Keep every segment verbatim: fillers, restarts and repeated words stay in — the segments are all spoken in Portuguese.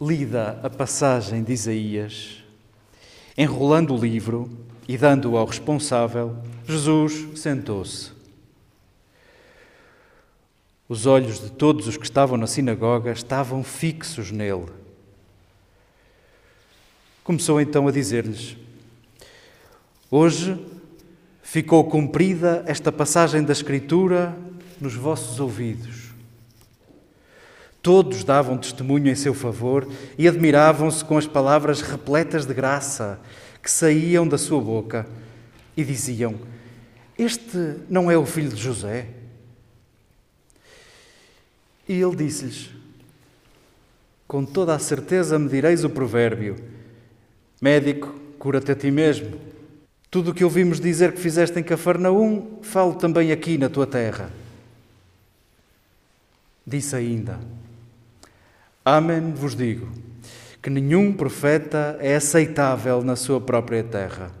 Lida a passagem de Isaías, enrolando o livro e dando-o ao responsável, Jesus sentou-se. Os olhos de todos os que estavam na sinagoga estavam fixos nele. Começou então a dizer-lhes: Hoje ficou cumprida esta passagem da Escritura nos vossos ouvidos. Todos davam testemunho em seu favor e admiravam-se com as palavras repletas de graça que saíam da sua boca e diziam: Este não é o filho de José? E ele disse-lhes: Com toda a certeza me direis o provérbio: Médico, cura-te a ti mesmo. Tudo o que ouvimos dizer que fizeste em Cafarnaum, falo também aqui na tua terra. Disse ainda: Amém vos digo, que nenhum profeta é aceitável na sua própria terra.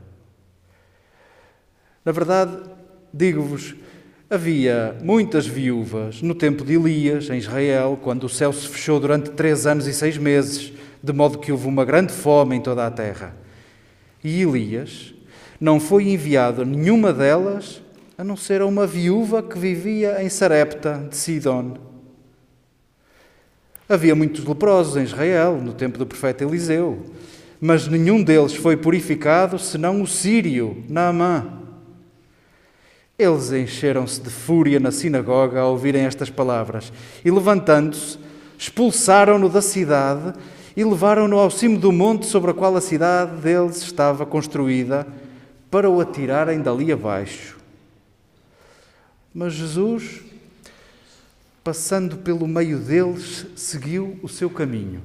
Na verdade, digo-vos, havia muitas viúvas no tempo de Elias, em Israel, quando o céu se fechou durante três anos e seis meses, de modo que houve uma grande fome em toda a terra. E Elias não foi enviado a nenhuma delas, a não ser a uma viúva que vivia em Sarepta de Sidom. Havia muitos leprosos em Israel, no tempo do profeta Eliseu, mas nenhum deles foi purificado, senão o sírio, Naamã. Eles encheram-se de fúria na sinagoga ao ouvirem estas palavras e, levantando-se, expulsaram-no da cidade e levaram-no ao cimo do monte sobre a qual a cidade deles estava construída, para o atirarem dali abaixo. Mas Jesus, passando pelo meio deles, seguiu o seu caminho.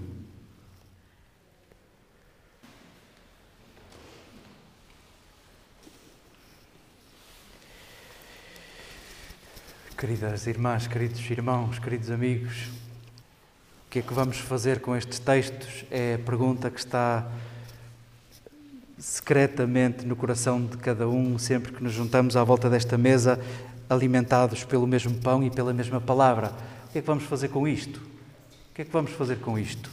Queridas irmãs, queridos irmãos, queridos amigos, o que é que vamos fazer com estes textos? É a pergunta que está secretamente no coração de cada um, sempre que nos juntamos à volta desta mesa, alimentados pelo mesmo pão e pela mesma palavra. O que é que vamos fazer com isto? O que é que vamos fazer com isto?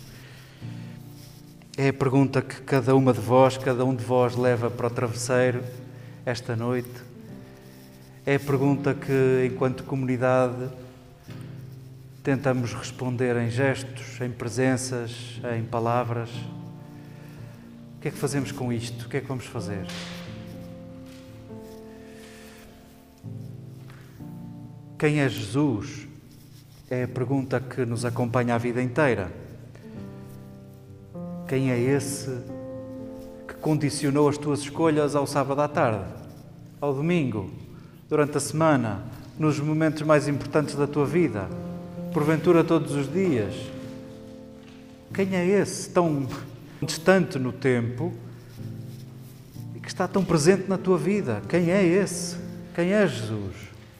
É a pergunta que cada uma de vós, cada um de vós leva para o travesseiro esta noite. É a pergunta que, enquanto comunidade, tentamos responder em gestos, em presenças, em palavras. O que é que fazemos com isto? O que é que vamos fazer? Quem é Jesus? É a pergunta que nos acompanha a vida inteira. Quem é esse que condicionou as tuas escolhas ao sábado à tarde, ao domingo, durante a semana, nos momentos mais importantes da tua vida, porventura todos os dias? Quem é esse tão distante no tempo e que está tão presente na tua vida? Quem é esse? Quem é Jesus?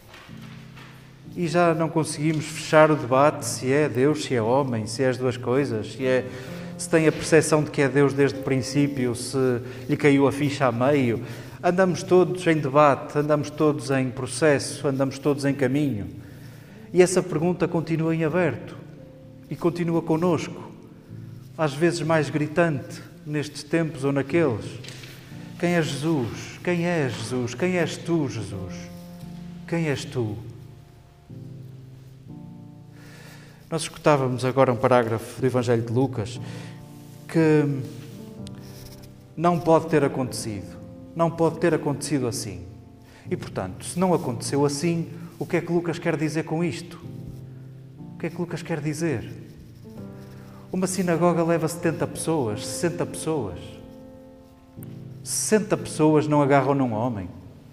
E já não conseguimos fechar o debate se é Deus, se é homem, se é as duas coisas, se, é, se tem a percepção de que é Deus desde o princípio, se lhe caiu a ficha a meio. Andamos todos em debate, andamos todos em processo, andamos todos em caminho. E essa pergunta continua em aberto e continua connosco, às vezes mais gritante nestes tempos ou naqueles. Quem é Jesus? Quem é Jesus? Quem és tu, Jesus? Quem és tu? Nós escutávamos agora um parágrafo do Evangelho de Lucas que não pode ter acontecido. Não pode ter acontecido assim. E, portanto, se não aconteceu assim, o que é que Lucas quer dizer com isto? O que é que Lucas quer dizer? Uma sinagoga leva setenta pessoas, sessenta pessoas. sessenta pessoas não agarram num homem.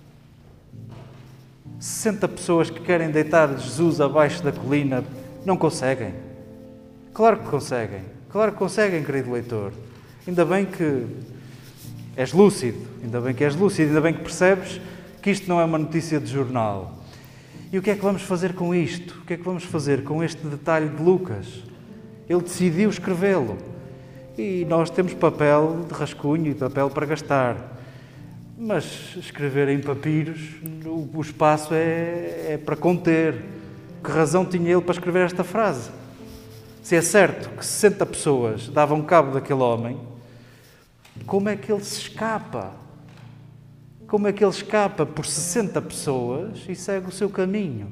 sessenta pessoas que querem deitar Jesus abaixo da colina não conseguem. Claro que conseguem. Claro que conseguem, querido leitor. Ainda bem que és lúcido. Ainda bem que és lúcido. Ainda bem que percebes que isto não é uma notícia de jornal. E o que é que vamos fazer com isto? O que é que vamos fazer com este detalhe de Lucas? Ele decidiu escrevê-lo. E nós temos papel de rascunho e papel para gastar. Mas escrever em papiros, o espaço é, é para conter. Que razão tinha ele para escrever esta frase? Se é certo que sessenta pessoas davam cabo daquele homem, como é que ele se escapa? Como é que ele escapa por sessenta pessoas e segue o seu caminho?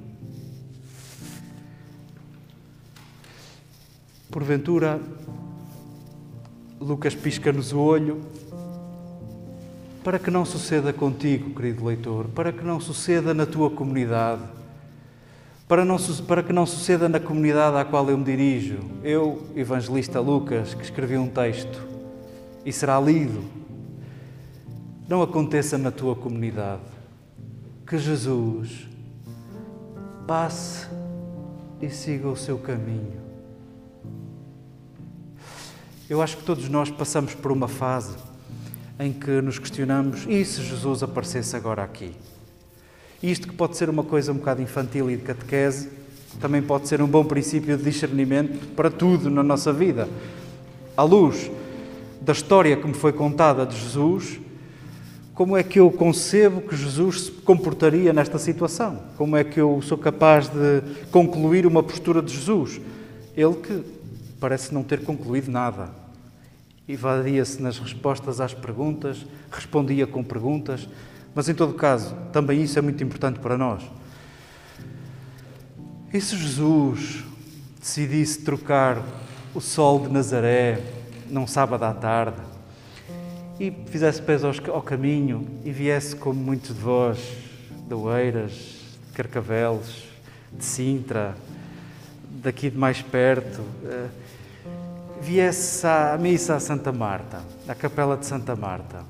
Porventura, Lucas pisca-nos o olho para que não suceda contigo, querido leitor, para que não suceda na tua comunidade, para, não, para que não suceda na comunidade à qual eu me dirijo. Eu, evangelista Lucas, que escrevi um texto e será lido. Não aconteça na tua comunidade. Que Jesus passe e siga o seu caminho. Eu acho que todos nós passamos por uma fase em que nos questionamos: e se Jesus aparecesse agora aqui? Isto que pode ser uma coisa um bocado infantil e de catequese, também pode ser um bom princípio de discernimento para tudo na nossa vida. À luz da história que me foi contada de Jesus, como é que eu concebo que Jesus se comportaria nesta situação? Como é que eu sou capaz de concluir uma postura de Jesus? Ele que parece não ter concluído nada. Evadia-se nas respostas às perguntas, respondia com perguntas, mas em todo caso, também isso é muito importante para nós. E se Jesus decidisse trocar o sol de Nazaré num sábado à tarde e fizesse pés ao caminho e viesse como muitos de vós, de Oeiras, de Carcavelos, de Sintra, daqui de mais perto, viesse à missa a Santa Marta, à capela de Santa Marta,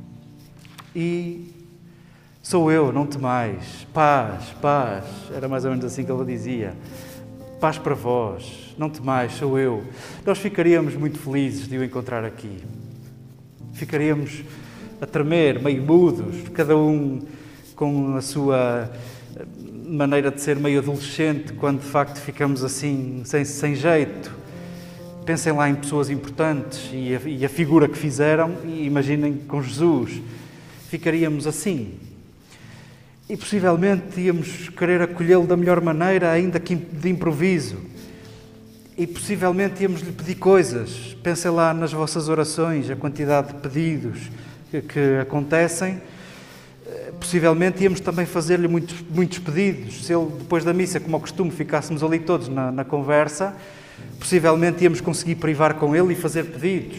e sou eu, não temais, paz, paz, era mais ou menos assim que ele dizia, paz para vós, não temais, sou eu. Nós ficaríamos muito felizes de o encontrar aqui. Ficaríamos a tremer, meio mudos, cada um com a sua maneira de ser meio adolescente, quando de facto ficamos assim, sem, sem jeito. Pensem lá em pessoas importantes e a, e a figura que fizeram e imaginem com Jesus. Ficaríamos assim. E possivelmente íamos querer acolhê-lo da melhor maneira, ainda que de improviso. E possivelmente íamos lhe pedir coisas. Pensem lá nas vossas orações, a quantidade de pedidos que, que acontecem. Possivelmente íamos também fazer-lhe muitos, muitos pedidos. Se ele, depois da missa, como ao costume, ficássemos ali todos na, na conversa, possivelmente íamos conseguir privar com ele e fazer pedidos.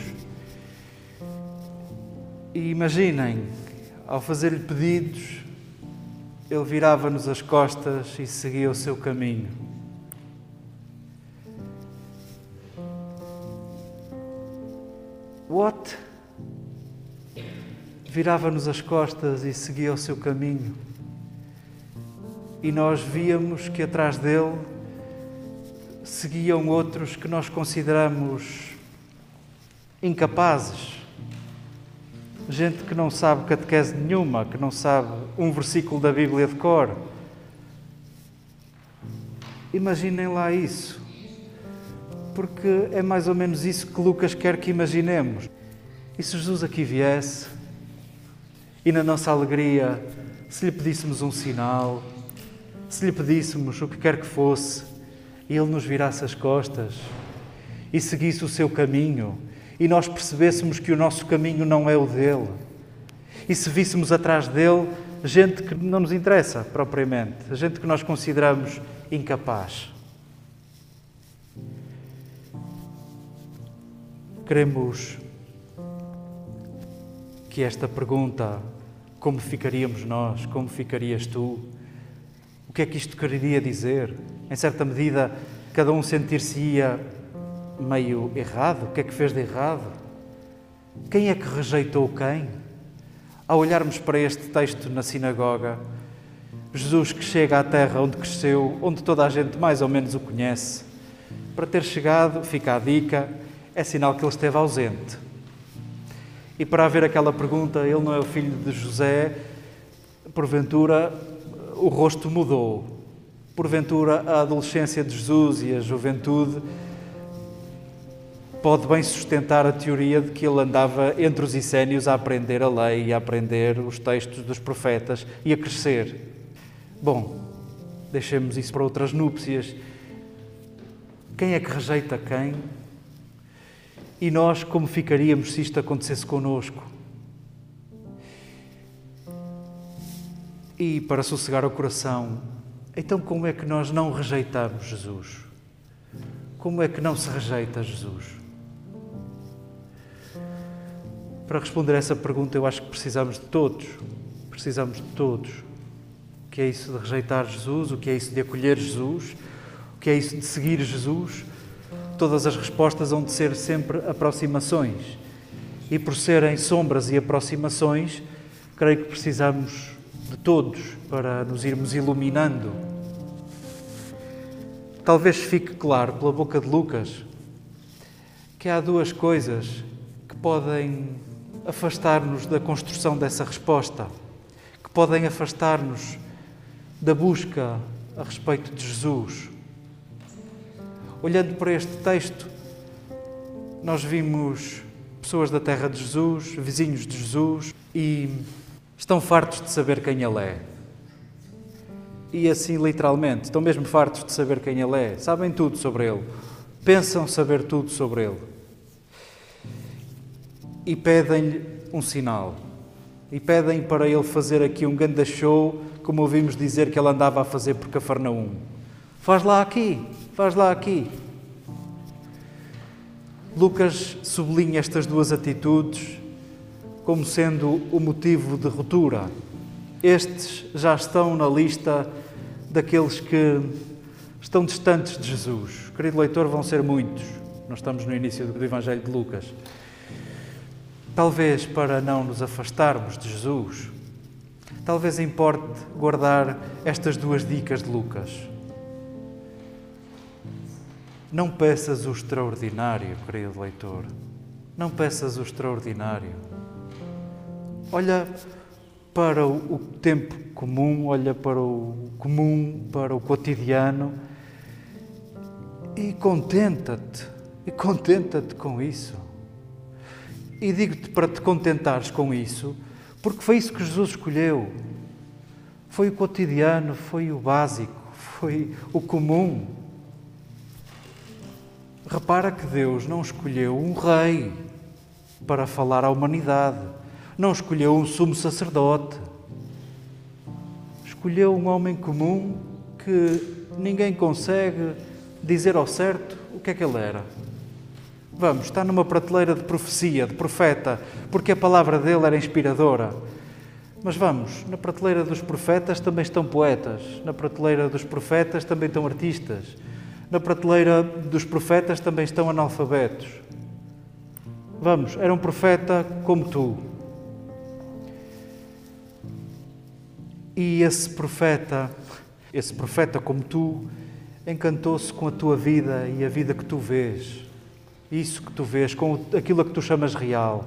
E imaginem, ao fazer-lhe pedidos, ele virava-nos as costas e seguia o seu caminho. What? Virava-nos as costas e seguia o seu caminho. E nós víamos que atrás dele seguiam outros que nós consideramos incapazes. Gente que não sabe catequese nenhuma, que não sabe um versículo da Bíblia de cor. Imaginem lá isso. Porque é mais ou menos isso que Lucas quer que imaginemos. E se Jesus aqui viesse, e na nossa alegria, se lhe pedíssemos um sinal, se lhe pedíssemos o que quer que fosse, e ele nos virasse as costas e seguisse o seu caminho, e nós percebêssemos que o nosso caminho não é o dele, e se víssemos atrás dele gente que não nos interessa propriamente, gente que nós consideramos incapaz. Queremos que esta pergunta, como ficaríamos nós, como ficarias tu, o que é que isto quereria dizer? Em certa medida, cada um sentir-se-ia meio errado. O que é que fez de errado? Quem é que rejeitou quem? Ao olharmos para este texto na sinagoga, Jesus que chega à terra onde cresceu, onde toda a gente mais ou menos o conhece, para ter chegado, fica a dica, é sinal que ele esteve ausente. E para haver aquela pergunta, ele não é o filho de José, porventura o rosto mudou. Porventura a adolescência de Jesus e a juventude pode bem sustentar a teoria de que ele andava entre os essénios a aprender a lei e a aprender os textos dos profetas e a crescer. Bom, deixemos isso para outras núpcias. quem é que rejeita quem? E nós, como ficaríamos se isto acontecesse connosco? E para sossegar o coração, então como é que nós não rejeitamos Jesus? Como é que não se rejeita Jesus? Para responder a essa pergunta, eu acho que precisamos de todos. Precisamos de todos. O que é isso de rejeitar Jesus? O que é isso de acolher Jesus? O que é isso de seguir Jesus? Todas as respostas vão de ser sempre aproximações. E por serem sombras e aproximações, creio que precisamos de todos para nos irmos iluminando. Talvez fique claro pela boca de Lucas que há duas coisas que podem afastar-nos da construção dessa resposta, que podem afastar-nos da busca a respeito de Jesus. Olhando para este texto, nós vimos pessoas da terra de Jesus, vizinhos de Jesus, e estão fartos de saber quem Ele é. E assim, literalmente, estão mesmo fartos de saber quem Ele é. Sabem tudo sobre Ele. Pensam saber tudo sobre Ele. E pedem-lhe um sinal. E pedem para Ele fazer aqui um grande show, como ouvimos dizer que Ele andava a fazer por Cafarnaum. Faz lá aqui, faz lá aqui. Lucas sublinha estas duas atitudes como sendo o motivo de ruptura. Estes já estão na lista daqueles que estão distantes de Jesus. Querido leitor, vão ser muitos. Nós estamos no início do Evangelho de Lucas. Talvez para não nos afastarmos de Jesus, talvez importe guardar estas duas dicas de Lucas. Não peças o extraordinário, querido leitor. Não peças o extraordinário. Olha para o tempo comum, olha para o comum, para o cotidiano e contenta-te, e contenta-te com isso. E digo-te para te contentares com isso, porque foi isso que Jesus escolheu. Foi o cotidiano, foi o básico, foi o comum. Repara que Deus não escolheu um rei para falar à humanidade. Não escolheu um sumo sacerdote. Escolheu um homem comum que ninguém consegue dizer ao certo o que é que ele era. Vamos, está numa prateleira de profecia, de profeta, porque a palavra dele era inspiradora. Mas vamos, na prateleira dos profetas também estão poetas. Na prateleira dos profetas também estão artistas. Na prateleira dos profetas também estão analfabetos. Vamos, era um profeta como tu. E esse profeta, esse profeta como tu, encantou-se com a tua vida e a vida que tu vês. Isso que tu vês, com aquilo a que tu chamas real.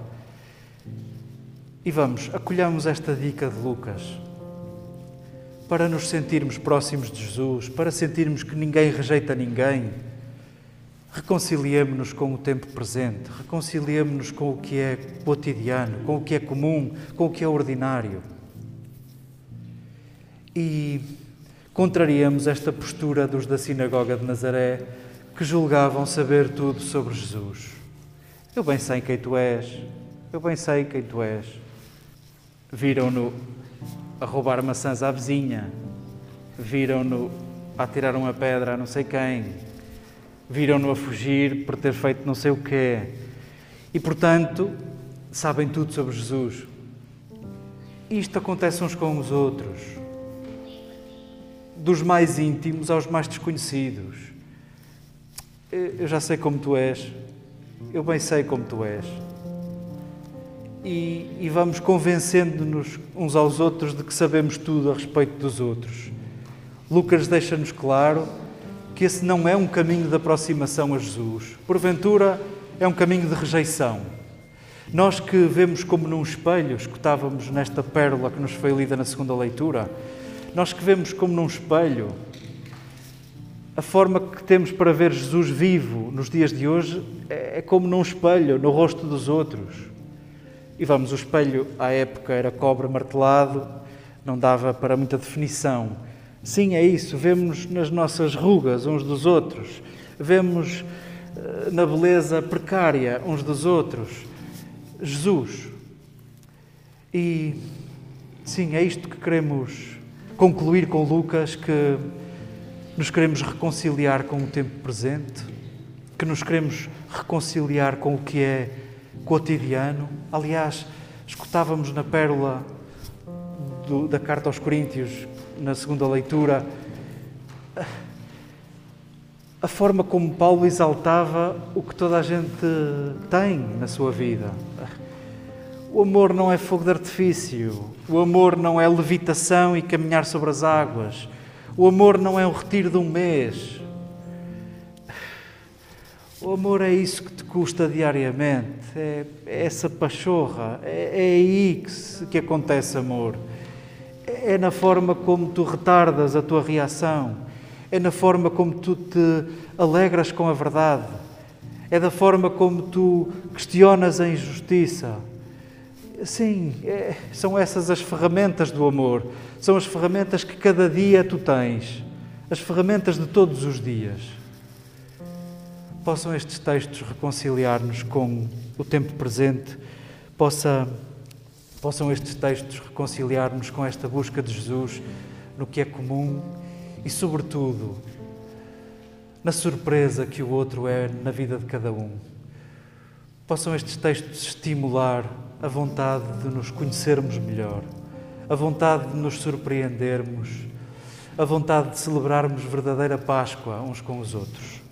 E vamos, acolhamos esta dica de Lucas. Para nos sentirmos próximos de Jesus, para sentirmos que ninguém rejeita ninguém, reconciliemo-nos com o tempo presente, reconciliemo-nos com o que é cotidiano, com o que é comum, com o que é ordinário. E contrariemos esta postura dos da sinagoga de Nazaré, que julgavam saber tudo sobre Jesus. Eu bem sei quem tu és, eu bem sei quem tu és. Viram-no a roubar maçãs à vizinha, viram-no a tirar uma pedra a não sei quem, viram-no a fugir por ter feito não sei o quê. E, portanto, sabem tudo sobre Jesus. Isto acontece uns com os outros, dos mais íntimos aos mais desconhecidos. Eu já sei como tu és, eu bem sei como tu és. E, e vamos convencendo-nos uns aos outros de que sabemos tudo a respeito dos outros. Lucas deixa-nos claro que esse não é um caminho de aproximação a Jesus. Porventura, é um caminho de rejeição. Nós que vemos como num espelho, escutávamos nesta pérola que nos foi lida na segunda leitura, nós que vemos como num espelho, a forma que temos para ver Jesus vivo nos dias de hoje é como num espelho, no rosto dos outros. E vamos, o espelho à época era cobre martelado, não dava para muita definição. Sim, é isso, vemos-nos nas nossas rugas uns dos outros, vemos na beleza precária uns dos outros Jesus. E sim, é isto que queremos concluir com Lucas, que nos queremos reconciliar com o tempo presente, que nos queremos reconciliar com o que é cotidiano. Aliás, escutávamos na pérola do, da Carta aos Coríntios, na segunda leitura, a forma como Paulo exaltava o que toda a gente tem na sua vida. O amor não é fogo de artifício, o amor não é levitação e caminhar sobre as águas, o amor não é um retiro de um mês. O amor é isso que te custa diariamente, é, é essa pachorra, é, é aí que, se, que acontece amor. É na forma como tu retardas a tua reação, é na forma como tu te alegras com a verdade, é da forma como tu questionas a injustiça. Sim, é, são essas as ferramentas do amor, são as ferramentas que cada dia tu tens, as ferramentas de todos os dias. Possam estes textos reconciliar-nos com o tempo presente, possa, possam estes textos reconciliar-nos com esta busca de Jesus no que é comum e, sobretudo, na surpresa que o outro é na vida de cada um. Possam estes textos estimular a vontade de nos conhecermos melhor, a vontade de nos surpreendermos, a vontade de celebrarmos verdadeira Páscoa uns com os outros.